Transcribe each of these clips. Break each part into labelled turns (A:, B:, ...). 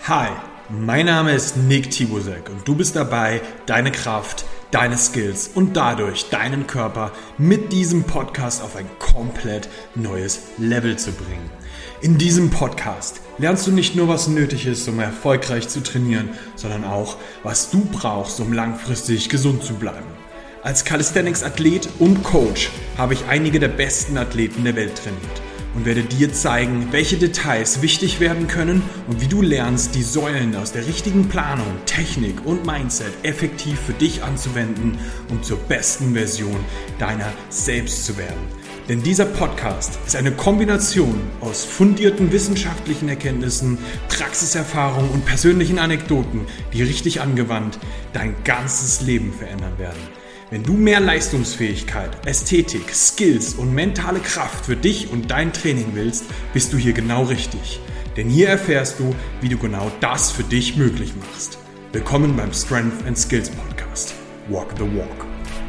A: Hi, mein Name ist Nick Tibusek und du bist dabei, deine Kraft, deine Skills und dadurch deinen Körper mit diesem Podcast auf ein komplett neues Level zu bringen. In diesem Podcast lernst du nicht nur, was nötig ist, um erfolgreich zu trainieren, sondern auch, was du brauchst, um langfristig gesund zu bleiben. Als Calisthenics-Athlet und Coach habe ich einige der besten Athleten der Welt trainiert und werde dir zeigen, welche Details wichtig werden können und wie du lernst, die Säulen aus der richtigen Planung, Technik und Mindset effektiv für dich anzuwenden, um zur besten Version deiner selbst zu werden. Denn dieser Podcast ist eine Kombination aus fundierten wissenschaftlichen Erkenntnissen, Praxiserfahrung und persönlichen Anekdoten, die richtig angewandt dein ganzes Leben verändern werden. Wenn du mehr Leistungsfähigkeit, Ästhetik, Skills und mentale Kraft für dich und dein Training willst, bist du hier genau richtig. Denn hier erfährst du, wie du genau das für dich möglich machst. Willkommen beim Strength and Skills Podcast. Walk the Walk.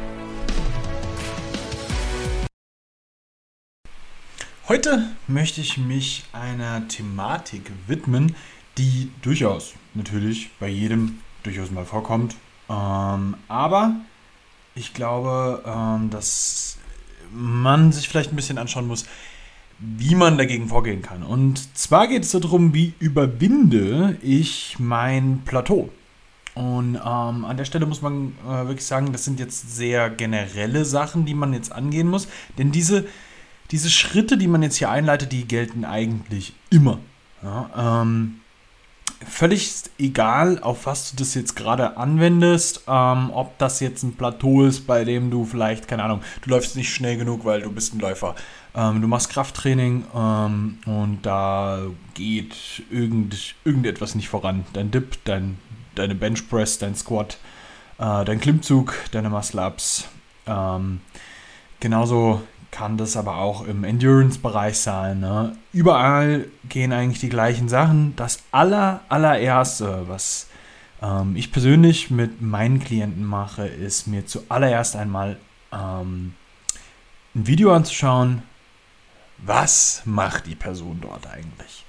A: Heute möchte ich mich einer Thematik widmen, die durchaus natürlich bei jedem durchaus mal vorkommt, aber ich glaube, dass man sich vielleicht ein bisschen anschauen muss, wie man dagegen vorgehen kann. Und zwar geht es darum, wie überwinde ich mein Plateau. Und an der Stelle muss man wirklich sagen, das sind jetzt sehr generelle Sachen, die man jetzt angehen muss. Denn diese Schritte, die man jetzt hier einleitet, die gelten eigentlich immer. Ja, völlig egal, auf was du das jetzt gerade anwendest, ob das jetzt ein Plateau ist, bei dem du vielleicht, keine Ahnung, du läufst nicht schnell genug, weil du bist ein Läufer. Du machst Krafttraining und da geht irgendetwas nicht voran. Dein Dip, deine Benchpress, dein Squat, dein Klimmzug, deine Muscle-Ups. Genauso kann das aber auch im Endurance-Bereich sein. Ne? Überall gehen eigentlich die gleichen Sachen. Das allererste, was ich persönlich mit meinen Klienten mache, ist mir zuallererst einmal ein Video anzuschauen, was macht die Person dort eigentlich?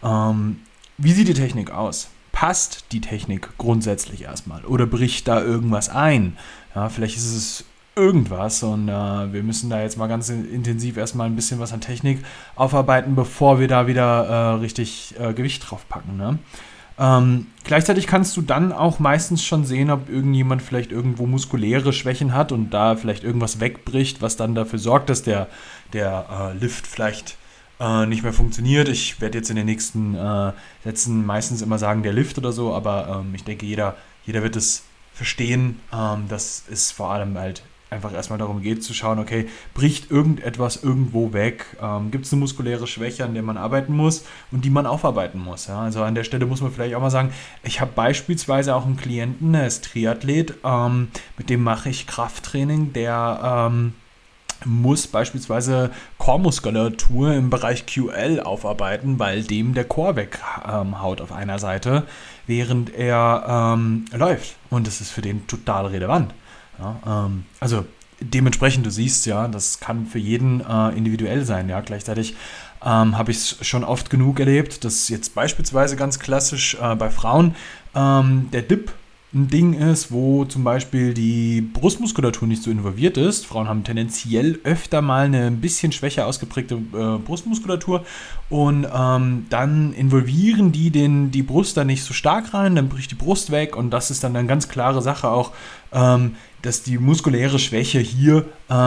A: Wie sieht die Technik aus? Passt die Technik grundsätzlich erstmal oder bricht da irgendwas ein? Ja, vielleicht ist es irgendwas und wir müssen da jetzt mal ganz intensiv erstmal ein bisschen was an Technik aufarbeiten, bevor wir da wieder richtig Gewicht drauf packen. Ne? Gleichzeitig kannst du dann auch meistens schon sehen, ob irgendjemand vielleicht irgendwo muskuläre Schwächen hat und da vielleicht irgendwas wegbricht, was dann dafür sorgt, dass der Lift vielleicht nicht mehr funktioniert. Ich werde jetzt in den nächsten Sätzen meistens immer sagen, der Lift oder so, aber ich denke, jeder wird es verstehen, dass es vor allem halt einfach erstmal darum geht zu schauen, okay, bricht irgendetwas irgendwo weg, gibt es eine muskuläre Schwäche, an der man arbeiten muss und die man aufarbeiten muss. Ja? Also an der Stelle muss man vielleicht auch mal sagen, ich habe beispielsweise auch einen Klienten, der ist Triathlet, mit dem mache ich Krafttraining, der muss beispielsweise Core-Muskulatur im Bereich QL aufarbeiten, weil dem der Core weghaut auf einer Seite, während er läuft. Und das ist für den total relevant. Ja, also dementsprechend, du siehst ja, das kann für jeden individuell sein. Ja, gleichzeitig habe ich es schon oft genug erlebt, dass jetzt beispielsweise ganz klassisch bei Frauen der Dip ein Ding ist, wo zum Beispiel die Brustmuskulatur nicht so involviert ist. Frauen haben tendenziell öfter mal eine ein bisschen schwächer ausgeprägte Brustmuskulatur und dann involvieren die Brust da nicht so stark rein, dann bricht die Brust weg und das ist dann eine ganz klare Sache auch, dass die muskuläre Schwäche hier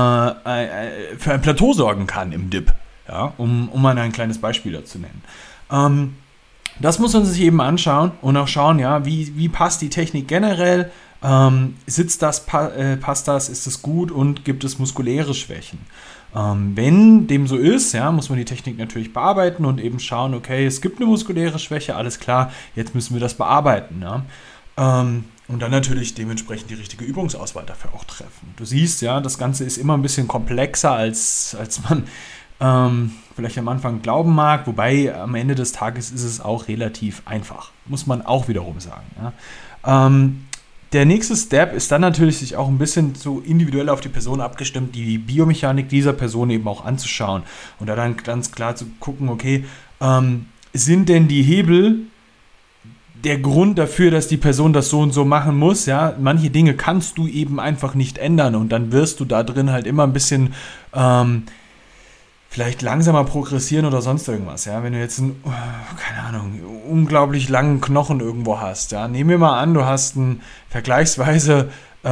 A: für ein Plateau sorgen kann im Dip, ja, um mal ein kleines Beispiel dazu nennen. Das muss man sich eben anschauen und auch schauen, ja, wie passt die Technik generell, sitzt das, passt das, ist das gut und gibt es muskuläre Schwächen. Wenn dem so ist, ja, muss man die Technik natürlich bearbeiten und eben schauen, okay, es gibt eine muskuläre Schwäche, alles klar, jetzt müssen wir das bearbeiten. Ja. Und dann natürlich dementsprechend die richtige Übungsauswahl dafür auch treffen. Du siehst, ja, das Ganze ist immer ein bisschen komplexer, als man vielleicht am Anfang glauben mag, wobei am Ende des Tages ist es auch relativ einfach, muss man auch wiederum sagen. Ja. Der nächste Step ist dann natürlich sich auch ein bisschen so individuell auf die Person abgestimmt, die Biomechanik dieser Person eben auch anzuschauen und da dann ganz klar zu gucken, okay, sind denn die Hebel, der Grund dafür, dass die Person das so und so machen muss, ja, manche Dinge kannst du eben einfach nicht ändern und dann wirst du da drin halt immer ein bisschen vielleicht langsamer progressieren oder sonst irgendwas, ja, wenn du jetzt einen, keine Ahnung, unglaublich langen Knochen irgendwo hast, ja, nehmen wir mal an, du hast einen vergleichsweise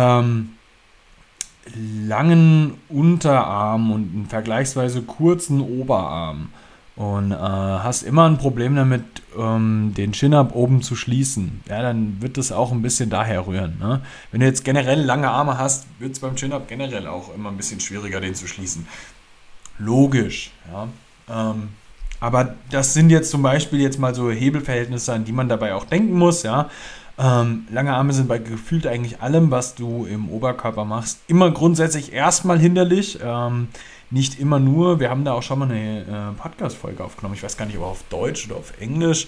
A: langen Unterarm und einen vergleichsweise kurzen Oberarm und hast immer ein Problem damit, den Chin-Up oben zu schließen, ja, dann wird das auch ein bisschen daher rühren, ne? Wenn du jetzt generell lange Arme hast, wird es beim Chin-Up generell auch immer ein bisschen schwieriger, den zu schließen. Logisch, ja. Aber das sind jetzt zum Beispiel jetzt mal so Hebelverhältnisse, an die man dabei auch denken muss, ja. Lange Arme sind bei gefühlt eigentlich allem, was du im Oberkörper machst, immer grundsätzlich erstmal hinderlich. Nicht immer nur, wir haben da auch schon mal eine Podcast-Folge aufgenommen, ich weiß gar nicht, ob auf Deutsch oder auf Englisch,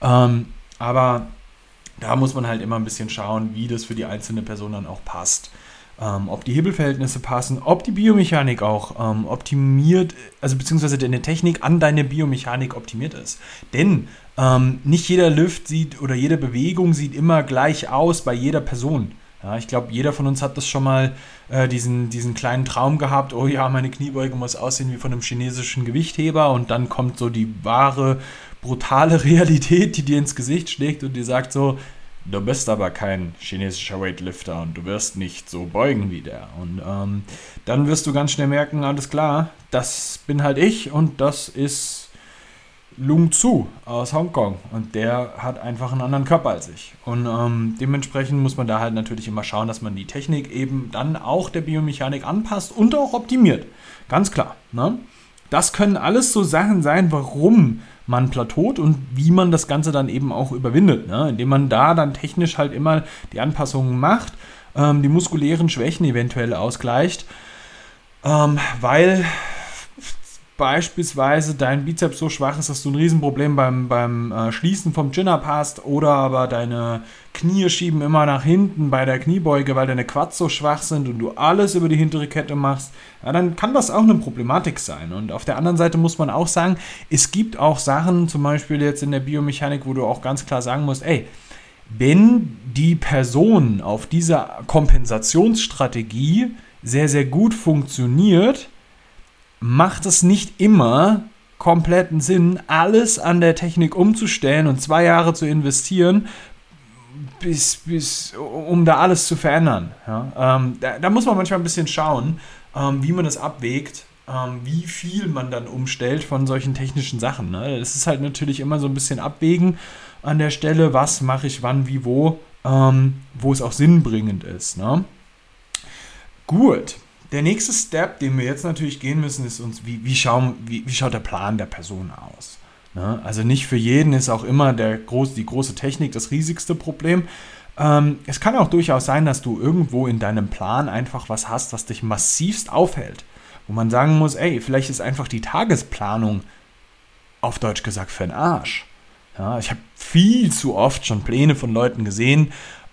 A: aber da muss man halt immer ein bisschen schauen, wie das für die einzelne Person dann auch passt. Ob die Hebelverhältnisse passen, ob die Biomechanik auch optimiert, also beziehungsweise deine Technik an deine Biomechanik optimiert ist. Denn nicht jeder Lift sieht oder jede Bewegung sieht immer gleich aus bei jeder Person. Ja, ich glaube, jeder von uns hat das schon mal diesen kleinen Traum gehabt, oh ja, meine Kniebeuge muss aussehen wie von einem chinesischen Gewichtheber und dann kommt so die wahre, brutale Realität, die dir ins Gesicht schlägt und dir sagt so, du bist aber kein chinesischer Weightlifter und du wirst nicht so beugen wie der. Und dann wirst du ganz schnell merken, alles klar, das bin halt ich und das ist Lung Tzu aus Hongkong. Und der hat einfach einen anderen Körper als ich. Und dementsprechend muss man da halt natürlich immer schauen, dass man die Technik eben dann auch der Biomechanik anpasst und auch optimiert. Ganz klar, ne? Das können alles so Sachen sein, warum man plateaut und wie man das Ganze dann eben auch überwindet, ne? Indem man da dann technisch halt immer die Anpassungen macht, die muskulären Schwächen eventuell ausgleicht, weil beispielsweise dein Bizeps so schwach ist, dass du ein Riesenproblem beim Schließen vom Chin-Up hast oder aber deine Knie schieben immer nach hinten bei der Kniebeuge, weil deine Quads so schwach sind und du alles über die hintere Kette machst, ja, dann kann das auch eine Problematik sein. Und auf der anderen Seite muss man auch sagen, es gibt auch Sachen, zum Beispiel jetzt in der Biomechanik, wo du auch ganz klar sagen musst, ey, wenn die Person auf dieser Kompensationsstrategie sehr, sehr gut funktioniert, macht es nicht immer kompletten Sinn, alles an der Technik umzustellen und 2 Jahre zu investieren, um da alles zu verändern. Ja? Da muss man manchmal ein bisschen schauen, wie man das abwägt, wie viel man dann umstellt von solchen technischen Sachen. Ne? Das ist halt natürlich immer so ein bisschen abwägen an der Stelle, was mache ich wann, wie, wo es auch sinnbringend ist. Ne? Gut. Der nächste Step, den wir jetzt natürlich gehen müssen, ist uns, wie schaut der Plan der Person aus? Ne? Also nicht für jeden ist auch immer die große Technik das riesigste Problem. Es kann auch durchaus sein, dass du irgendwo in deinem Plan einfach was hast, was dich massivst aufhält. Wo man sagen muss, ey, vielleicht ist einfach die Tagesplanung, auf Deutsch gesagt, für den Arsch. Ja, ich habe viel zu oft schon Pläne von Leuten gesehen,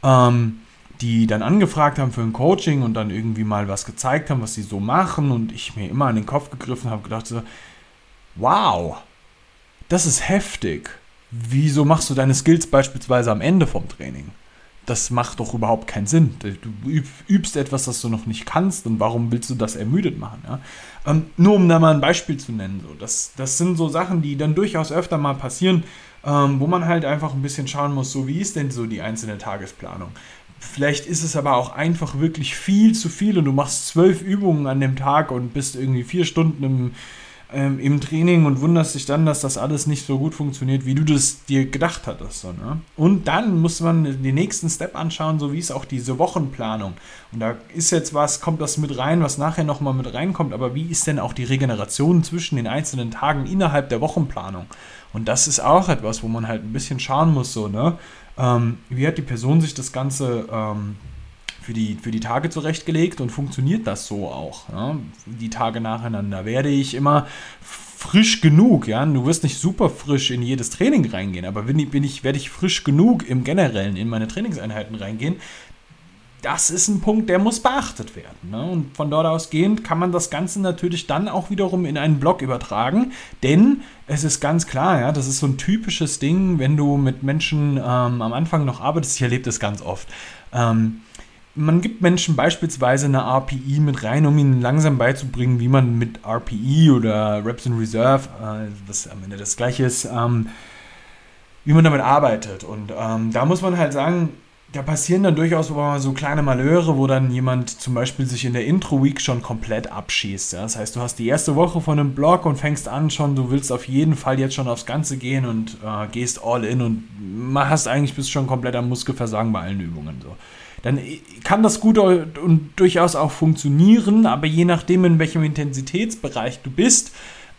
A: die dann angefragt haben für ein Coaching und dann irgendwie mal was gezeigt haben, was sie so machen und ich mir immer an den Kopf gegriffen habe, gedacht so, wow, das ist heftig. Wieso machst du deine Skills beispielsweise am Ende vom Training? Das macht doch überhaupt keinen Sinn. Du übst etwas, das du noch nicht kannst und warum willst du das ermüdet machen? Ja? Nur um da mal ein Beispiel zu nennen. So, das sind so Sachen, die dann durchaus öfter mal passieren, wo man halt einfach ein bisschen schauen muss, so wie ist denn so die einzelne Tagesplanung? Vielleicht ist es aber auch einfach wirklich viel zu viel und du machst 12 Übungen an dem Tag und bist irgendwie 4 Stunden im Training und wunderst dich dann, dass das alles nicht so gut funktioniert, wie du das dir gedacht hattest. So, ne? Und dann muss man den nächsten Step anschauen, so wie es auch diese Wochenplanung. Und da ist jetzt kommt das mit rein, was nachher nochmal mit reinkommt, aber wie ist denn auch die Regeneration zwischen den einzelnen Tagen innerhalb der Wochenplanung? Und das ist auch etwas, wo man halt ein bisschen schauen muss, so, ne? Wie hat die Person sich das Ganze für die Tage zurechtgelegt und funktioniert das so auch? Ja? Die Tage nacheinander. Werde ich immer frisch genug? Ja? Du wirst nicht super frisch in jedes Training reingehen, aber werde ich frisch genug im Generellen in meine Trainingseinheiten reingehen, das ist ein Punkt, der muss beachtet werden. Ne? Und von dort ausgehend kann man das Ganze natürlich dann auch wiederum in einen Blog übertragen, denn es ist ganz klar, ja, das ist so ein typisches Ding, wenn du mit Menschen am Anfang noch arbeitest. Ich erlebe das ganz oft. Man gibt Menschen beispielsweise eine RPI mit rein, um ihnen langsam beizubringen, wie man mit RPI oder Reps in Reserve, was am Ende das gleiche ist, wie man damit arbeitet. Und da muss man halt sagen, da passieren dann durchaus so kleine Malheure, wo dann jemand zum Beispiel sich in der Intro-Week schon komplett abschießt. Ja? Das heißt, du hast die erste Woche von einem Blog und fängst an schon, du willst auf jeden Fall jetzt schon aufs Ganze gehen und gehst all in und bist schon komplett am Muskelversagen bei allen Übungen. So. Dann kann das gut und durchaus auch funktionieren, aber je nachdem, in welchem Intensitätsbereich du bist,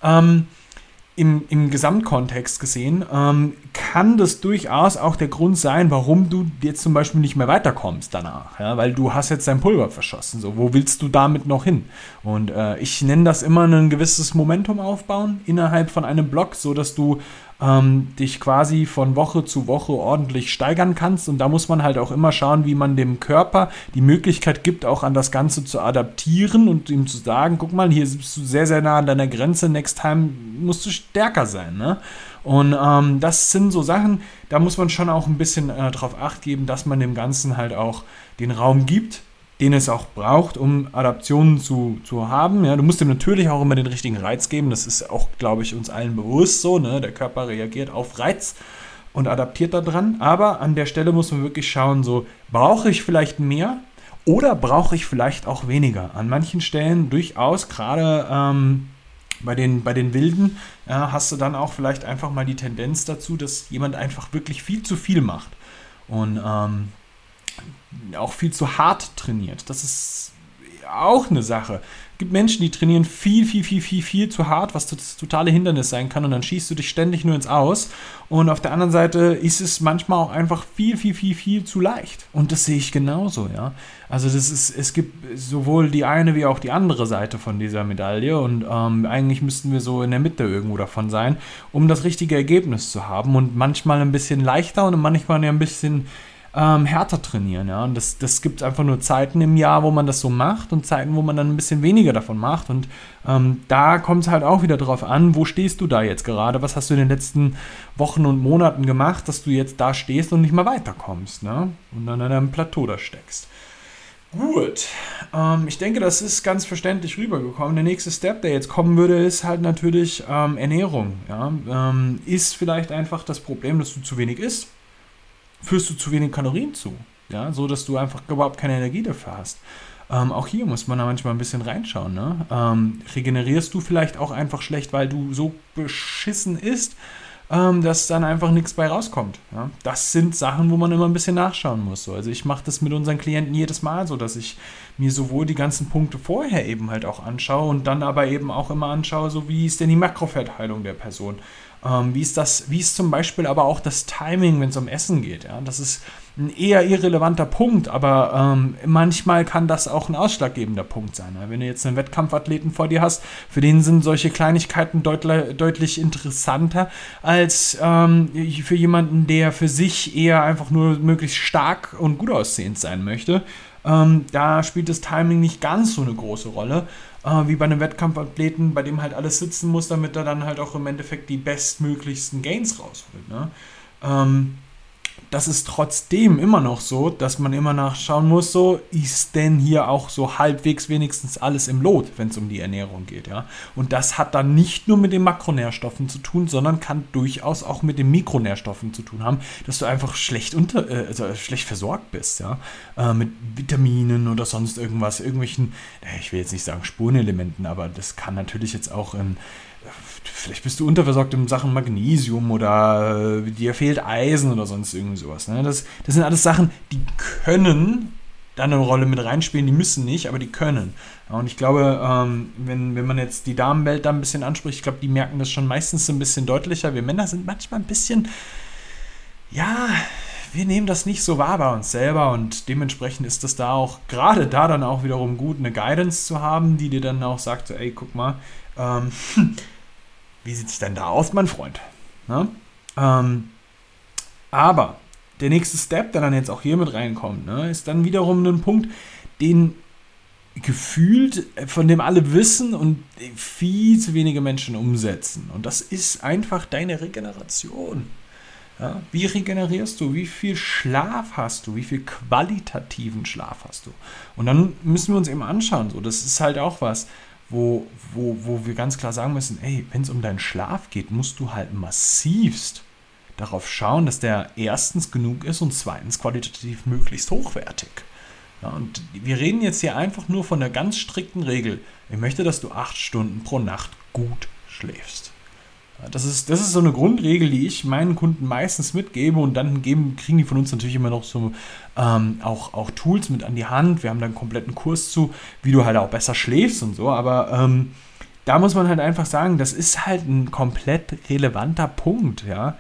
A: im Gesamtkontext gesehen, kann das durchaus auch der Grund sein, warum du jetzt zum Beispiel nicht mehr weiterkommst danach. Ja? Weil du hast jetzt dein Pulver verschossen. So, wo willst du damit noch hin? Und ich nenne das immer ein gewisses Momentum aufbauen innerhalb von einem Block, so dass du dich quasi von Woche zu Woche ordentlich steigern kannst. Und da muss man halt auch immer schauen, wie man dem Körper die Möglichkeit gibt, auch an das Ganze zu adaptieren und ihm zu sagen, guck mal, hier bist du sehr, sehr nah an deiner Grenze, next time musst du stärker sein. Ne? Und das sind so Sachen, da muss man schon auch ein bisschen drauf Acht geben, dass man dem Ganzen halt auch den Raum gibt, den es auch braucht, um Adaptionen zu haben. Ja, du musst ihm natürlich auch immer den richtigen Reiz geben. Das ist auch, glaube ich, uns allen bewusst so. Ne? Der Körper reagiert auf Reiz und adaptiert daran. Aber an der Stelle muss man wirklich schauen, so, brauche ich vielleicht mehr oder brauche ich vielleicht auch weniger? An manchen Stellen durchaus, gerade bei den Wilden, hast du dann auch vielleicht einfach mal die Tendenz dazu, dass jemand einfach wirklich viel zu viel macht. Und auch viel zu hart trainiert. Das ist auch eine Sache. Es gibt Menschen, die trainieren viel zu hart, was das totale Hindernis sein kann, und dann schießt du dich ständig nur ins Aus. Und auf der anderen Seite ist es manchmal auch einfach viel zu leicht. Und das sehe ich genauso, ja. Also es gibt sowohl die eine wie auch die andere Seite von dieser Medaille, und eigentlich müssten wir so in der Mitte irgendwo davon sein, um das richtige Ergebnis zu haben, und manchmal ein bisschen leichter und manchmal ein bisschen härter trainieren, ja, und das gibt einfach nur Zeiten im Jahr, wo man das so macht, und Zeiten, wo man dann ein bisschen weniger davon macht, und da kommt es halt auch wieder drauf an, wo stehst du da jetzt gerade, was hast du in den letzten Wochen und Monaten gemacht, dass du jetzt da stehst und nicht mal weiterkommst, ne, und dann an einem Plateau da steckst. Gut, ich denke, das ist ganz verständlich rübergekommen. Der nächste Step, der jetzt kommen würde, ist halt natürlich Ernährung, ja, ist vielleicht einfach das Problem, dass du zu wenig isst. Führst du zu wenig Kalorien zu, ja, so dass du einfach überhaupt keine Energie dafür hast. Auch hier muss man da manchmal ein bisschen reinschauen. Ne? Regenerierst du vielleicht auch einfach schlecht, weil du so beschissen isst, dass dann einfach nichts bei rauskommt. Ja? Das sind Sachen, wo man immer ein bisschen nachschauen muss. So. Also ich mache das mit unseren Klienten jedes Mal so, dass ich mir sowohl die ganzen Punkte vorher eben halt auch anschaue und dann aber eben auch immer anschaue, so wie ist denn die Makroverteilung der Person. Wie ist zum Beispiel aber auch das Timing, wenn es um Essen geht. Ja? Das ist ein eher irrelevanter Punkt, aber manchmal kann das auch ein ausschlaggebender Punkt sein. Ja? Wenn du jetzt einen Wettkampfathleten vor dir hast, für den sind solche Kleinigkeiten deutlich interessanter als für jemanden, der für sich eher einfach nur möglichst stark und gut aussehend sein möchte. Da spielt das Timing nicht ganz so eine große Rolle, wie bei einem Wettkampfathleten, bei dem halt alles sitzen muss, damit er dann halt auch im Endeffekt die bestmöglichsten Gains rausholt. Ne? Das ist trotzdem immer noch so, dass man immer nachschauen muss, so ist denn hier auch so halbwegs wenigstens alles im Lot, wenn es um die Ernährung geht. Ja? Und das hat dann nicht nur mit den Makronährstoffen zu tun, sondern kann durchaus auch mit den Mikronährstoffen zu tun haben, dass du einfach schlecht versorgt bist, ja? Mit Vitaminen oder sonst irgendwelchen, ich will jetzt nicht sagen Spurenelementen, aber das kann natürlich jetzt auch vielleicht bist du unterversorgt in Sachen Magnesium oder dir fehlt Eisen oder sonst irgendwie sowas. Ne? Das sind alles Sachen, die können dann eine Rolle mit reinspielen, die müssen nicht, aber die können. Ja, und ich glaube, wenn man jetzt die Damenwelt da ein bisschen anspricht, ich glaube, die merken das schon meistens ein bisschen deutlicher. Wir Männer sind manchmal ein bisschen, ja, wir nehmen das nicht so wahr bei uns selber, und dementsprechend ist das da auch, gerade da dann auch wiederum gut, eine Guidance zu haben, die dir dann auch sagt, so, ey, guck mal, wie sieht es denn da aus, mein Freund? Ne? Aber der nächste Step, der dann jetzt auch hier mit reinkommt, ne, ist dann wiederum ein Punkt, den gefühlt, von dem alle wissen und viel zu wenige Menschen umsetzen. Und das ist einfach deine Regeneration. Ja? Wie regenerierst du? Wie viel Schlaf hast du? Wie viel qualitativen Schlaf hast du? Und dann müssen wir uns eben anschauen, so, das ist halt auch was, wo wir ganz klar sagen müssen, ey, wenn es um deinen Schlaf geht, musst du halt massivst darauf schauen, dass der erstens genug ist und zweitens qualitativ möglichst hochwertig. Ja, und wir reden jetzt hier einfach nur von der ganz strikten Regel. Ich möchte, dass du 8 Stunden pro Nacht gut schläfst. Ja, das ist so eine Grundregel, die ich meinen Kunden meistens mitgebe und dann kriegen die von uns natürlich immer noch so auch Tools mit an die Hand. Wir haben da einen kompletten Kurs zu, wie du halt auch besser schläfst und so, aber da muss man halt einfach sagen, das ist halt ein komplett relevanter Punkt. Ja.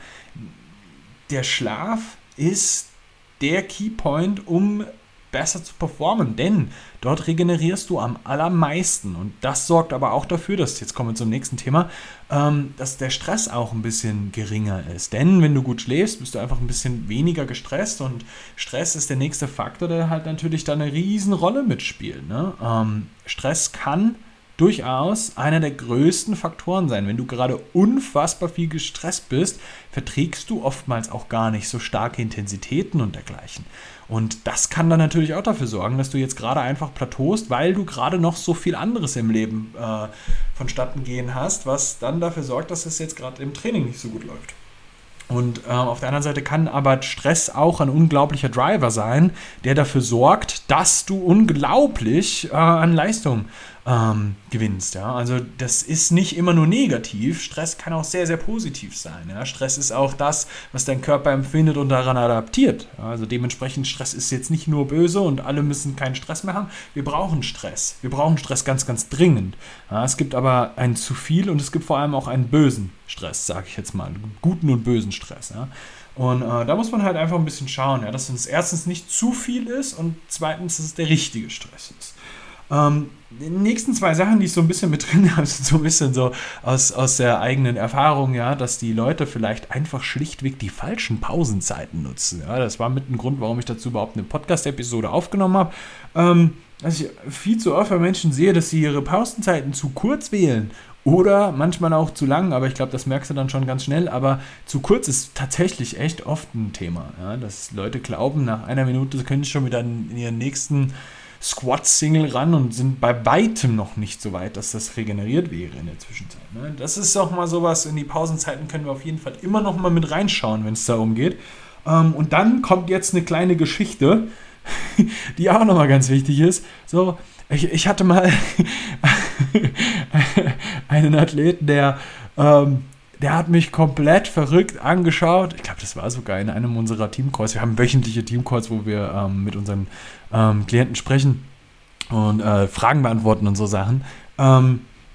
A: Der Schlaf ist der Keypoint, um besser zu performen, denn dort regenerierst du am allermeisten und das sorgt aber auch dafür, dass, jetzt kommen wir zum nächsten Thema, dass der Stress auch ein bisschen geringer ist, denn wenn du gut schläfst, bist du einfach ein bisschen weniger gestresst und Stress ist der nächste Faktor, der halt natürlich da eine riesen Rolle mitspielt. Ne? Stress kann durchaus einer der größten Faktoren sein. Wenn du gerade unfassbar viel gestresst bist, verträgst du oftmals auch gar nicht so starke Intensitäten und dergleichen. Und das kann dann natürlich auch dafür sorgen, dass du jetzt gerade einfach plateaust, weil du gerade noch so viel anderes im Leben vonstatten gehen hast, was dann dafür sorgt, dass es jetzt gerade im Training nicht so gut läuft. Und auf der anderen Seite kann aber Stress auch ein unglaublicher Driver sein, der dafür sorgt, dass du unglaublich an Leistung gewinnst. Ja? Also das ist nicht immer nur negativ. Stress kann auch sehr, sehr positiv sein. Ja? Stress ist auch das, was dein Körper empfindet und daran adaptiert. Ja? Also dementsprechend, Stress ist jetzt nicht nur böse und alle müssen keinen Stress mehr haben. Wir brauchen Stress. Wir brauchen Stress ganz, ganz dringend. Ja? Es gibt aber ein zu viel und es gibt vor allem auch einen bösen Stress, sage ich jetzt mal. Einen guten und bösen Stress. Ja? Und da muss man halt einfach ein bisschen schauen, ja? Dass es erstens nicht zu viel ist und zweitens, dass es der richtige Stress ist. Die nächsten 2 Sachen, die ich so ein bisschen mit drin habe, sind so ein bisschen so aus der eigenen Erfahrung, ja, dass die Leute vielleicht einfach schlichtweg die falschen Pausenzeiten nutzen. Ja, das war mit ein Grund, warum ich dazu überhaupt eine Podcast-Episode aufgenommen habe. Dass ich viel zu oft bei Menschen sehe, dass sie ihre Pausenzeiten zu kurz wählen. Oder manchmal auch zu lang, aber ich glaube, das merkst du dann schon ganz schnell. Aber zu kurz ist tatsächlich echt oft ein Thema. Ja, dass Leute glauben, nach 1 Minute können sie schon wieder in ihren nächsten Squat-Single ran und sind bei weitem noch nicht so weit, dass das regeneriert wäre in der Zwischenzeit. Ne? Das ist auch mal sowas, in die Pausenzeiten können wir auf jeden Fall immer noch mal mit reinschauen, wenn es darum geht. Und dann kommt jetzt eine kleine Geschichte, die auch noch mal ganz wichtig ist. So, ich hatte mal einen Athleten, der hat mich komplett verrückt angeschaut. Ich glaube, das war sogar in einem unserer Teamcalls. Wir haben wöchentliche Teamcalls, wo wir mit unseren Klienten sprechen und Fragen beantworten und so Sachen. Da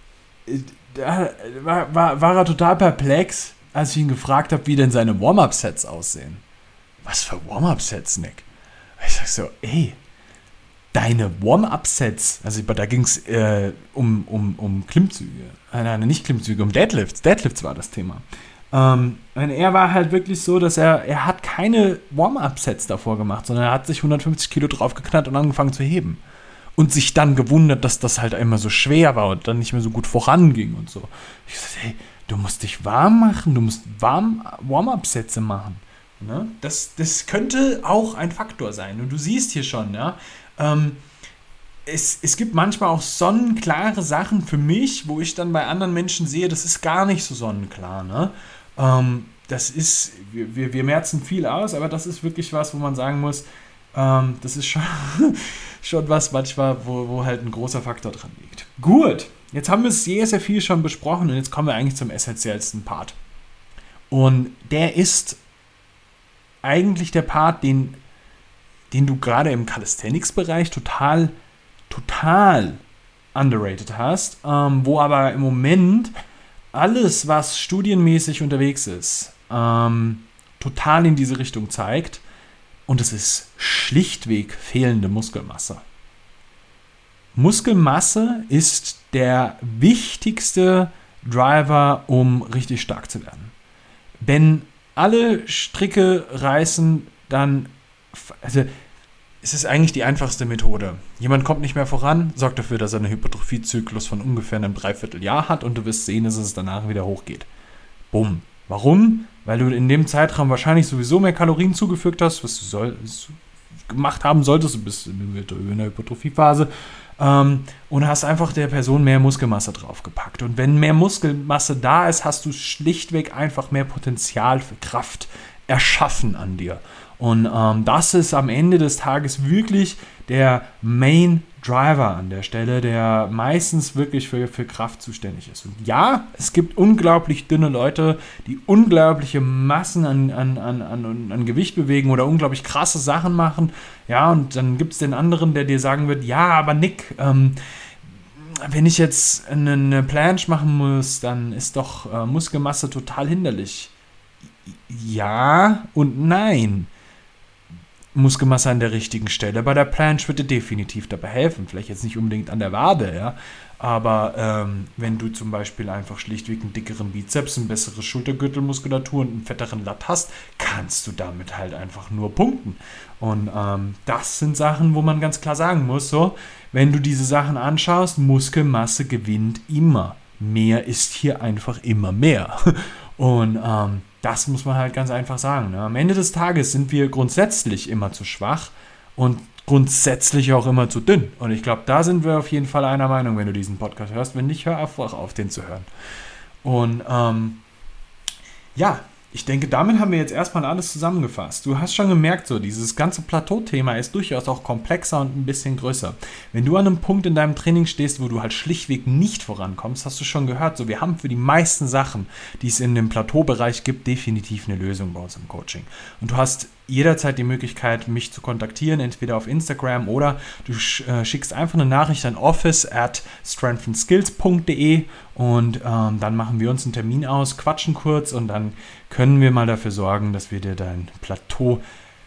A: war er total perplex, als ich ihn gefragt habe, wie denn seine Warm-Up-Sets aussehen. Was für Warm-Up-Sets, Nick? Ich sag so, ey, deine Warm-Up-Sets, also da ging es um Klimmzüge, nein, nicht Klimmzüge, um Deadlifts. Deadlifts war das Thema. Er war halt wirklich so, dass er hat keine Warm-Up-Sets davor gemacht, sondern er hat sich 150 Kilo draufgeknallt und angefangen zu heben. Und sich dann gewundert, dass das halt immer so schwer war und dann nicht mehr so gut voranging und so. Ich sagte, hey, du musst dich warm machen, du musst Warm-Up-Sätze machen. Ne? Das könnte auch ein Faktor sein. Und du siehst hier schon, ja, es gibt manchmal auch sonnenklare Sachen für mich, wo ich dann bei anderen Menschen sehe, das ist gar nicht so sonnenklar. Ne? Das ist, wir merzen viel aus, aber das ist wirklich was, wo man sagen muss, das ist schon was manchmal, wo halt ein großer Faktor dran liegt. Gut, jetzt haben wir sehr, sehr viel schon besprochen und jetzt kommen wir eigentlich zum essentiellsten Part. Und der ist eigentlich der Part, den du gerade im Calisthenics-Bereich total underrated hast, wo aber im Moment alles, was studienmäßig unterwegs ist, total in diese Richtung zeigt. Und es ist schlichtweg fehlende Muskelmasse. Muskelmasse ist der wichtigste Driver, um richtig stark zu werden. Wenn alle Stricke reißen, dann, also es ist eigentlich die einfachste Methode. Jemand kommt nicht mehr voran, sorgt dafür, dass er einen Hypertrophiezyklus von ungefähr einem Dreivierteljahr hat und du wirst sehen, dass es danach wieder hochgeht. Bumm. Warum? Weil du in dem Zeitraum wahrscheinlich sowieso mehr Kalorien zugefügt hast, was du gemacht haben solltest, du bist in der Hypertrophiephase, und hast einfach der Person mehr Muskelmasse draufgepackt. Und wenn mehr Muskelmasse da ist, hast du schlichtweg einfach mehr Potenzial für Kraft erschaffen an dir. Und das ist am Ende des Tages wirklich der Main Driver an der Stelle, der meistens wirklich für Kraft zuständig ist. Und ja, es gibt unglaublich dünne Leute, die unglaubliche Massen an Gewicht bewegen oder unglaublich krasse Sachen machen. Ja, und dann gibt es den anderen, der dir sagen wird, ja, aber Nick, wenn ich jetzt eine Planche machen muss, dann ist doch Muskelmasse total hinderlich. Ja und nein. Muskelmasse an der richtigen Stelle. Bei der Planche wird dir definitiv dabei helfen. Vielleicht jetzt nicht unbedingt an der Wade, ja. Aber wenn du zum Beispiel einfach schlichtweg einen dickeren Bizeps, eine bessere Schultergürtelmuskulatur und einen fetteren Lat hast, kannst du damit halt einfach nur punkten. Und das sind Sachen, wo man ganz klar sagen muss, so, wenn du diese Sachen anschaust, Muskelmasse gewinnt immer. Mehr ist hier einfach immer mehr. Und das muss man halt ganz einfach sagen. Ne? Am Ende des Tages sind wir grundsätzlich immer zu schwach und grundsätzlich auch immer zu dünn. Und ich glaube, da sind wir auf jeden Fall einer Meinung, wenn du diesen Podcast hörst. Wenn nicht, hör einfach auf, den zu hören. Und ja, ich denke, damit haben wir jetzt erstmal alles zusammengefasst. Du hast schon gemerkt, so dieses ganze Plateauthema ist durchaus auch komplexer und ein bisschen größer. Wenn du an einem Punkt in deinem Training stehst, wo du halt schlichtweg nicht vorankommst, hast du schon gehört, so wir haben für die meisten Sachen, die es in dem Plateaubereich gibt, definitiv eine Lösung bei uns im Coaching. Und du hast jederzeit die Möglichkeit, mich zu kontaktieren, entweder auf Instagram oder du schickst einfach eine Nachricht an office@strengthandskills.de und dann machen wir uns einen Termin aus, quatschen kurz und dann können wir mal dafür sorgen, dass wir dir dein Plateau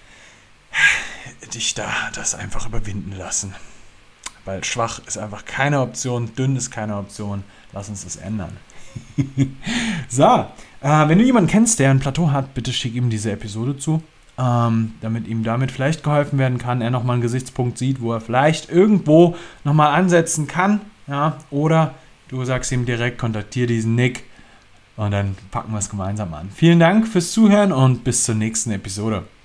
A: dich da das einfach überwinden lassen. Weil schwach ist einfach keine Option, dünn ist keine Option. Lass uns das ändern. So, wenn du jemanden kennst, der ein Plateau hat, bitte schick ihm diese Episode zu. Damit ihm damit vielleicht geholfen werden kann, er nochmal einen Gesichtspunkt sieht, wo er vielleicht irgendwo nochmal ansetzen kann, ja, oder du sagst ihm direkt, kontaktiere diesen Nick und dann packen wir es gemeinsam an. Vielen Dank fürs Zuhören und bis zur nächsten Episode.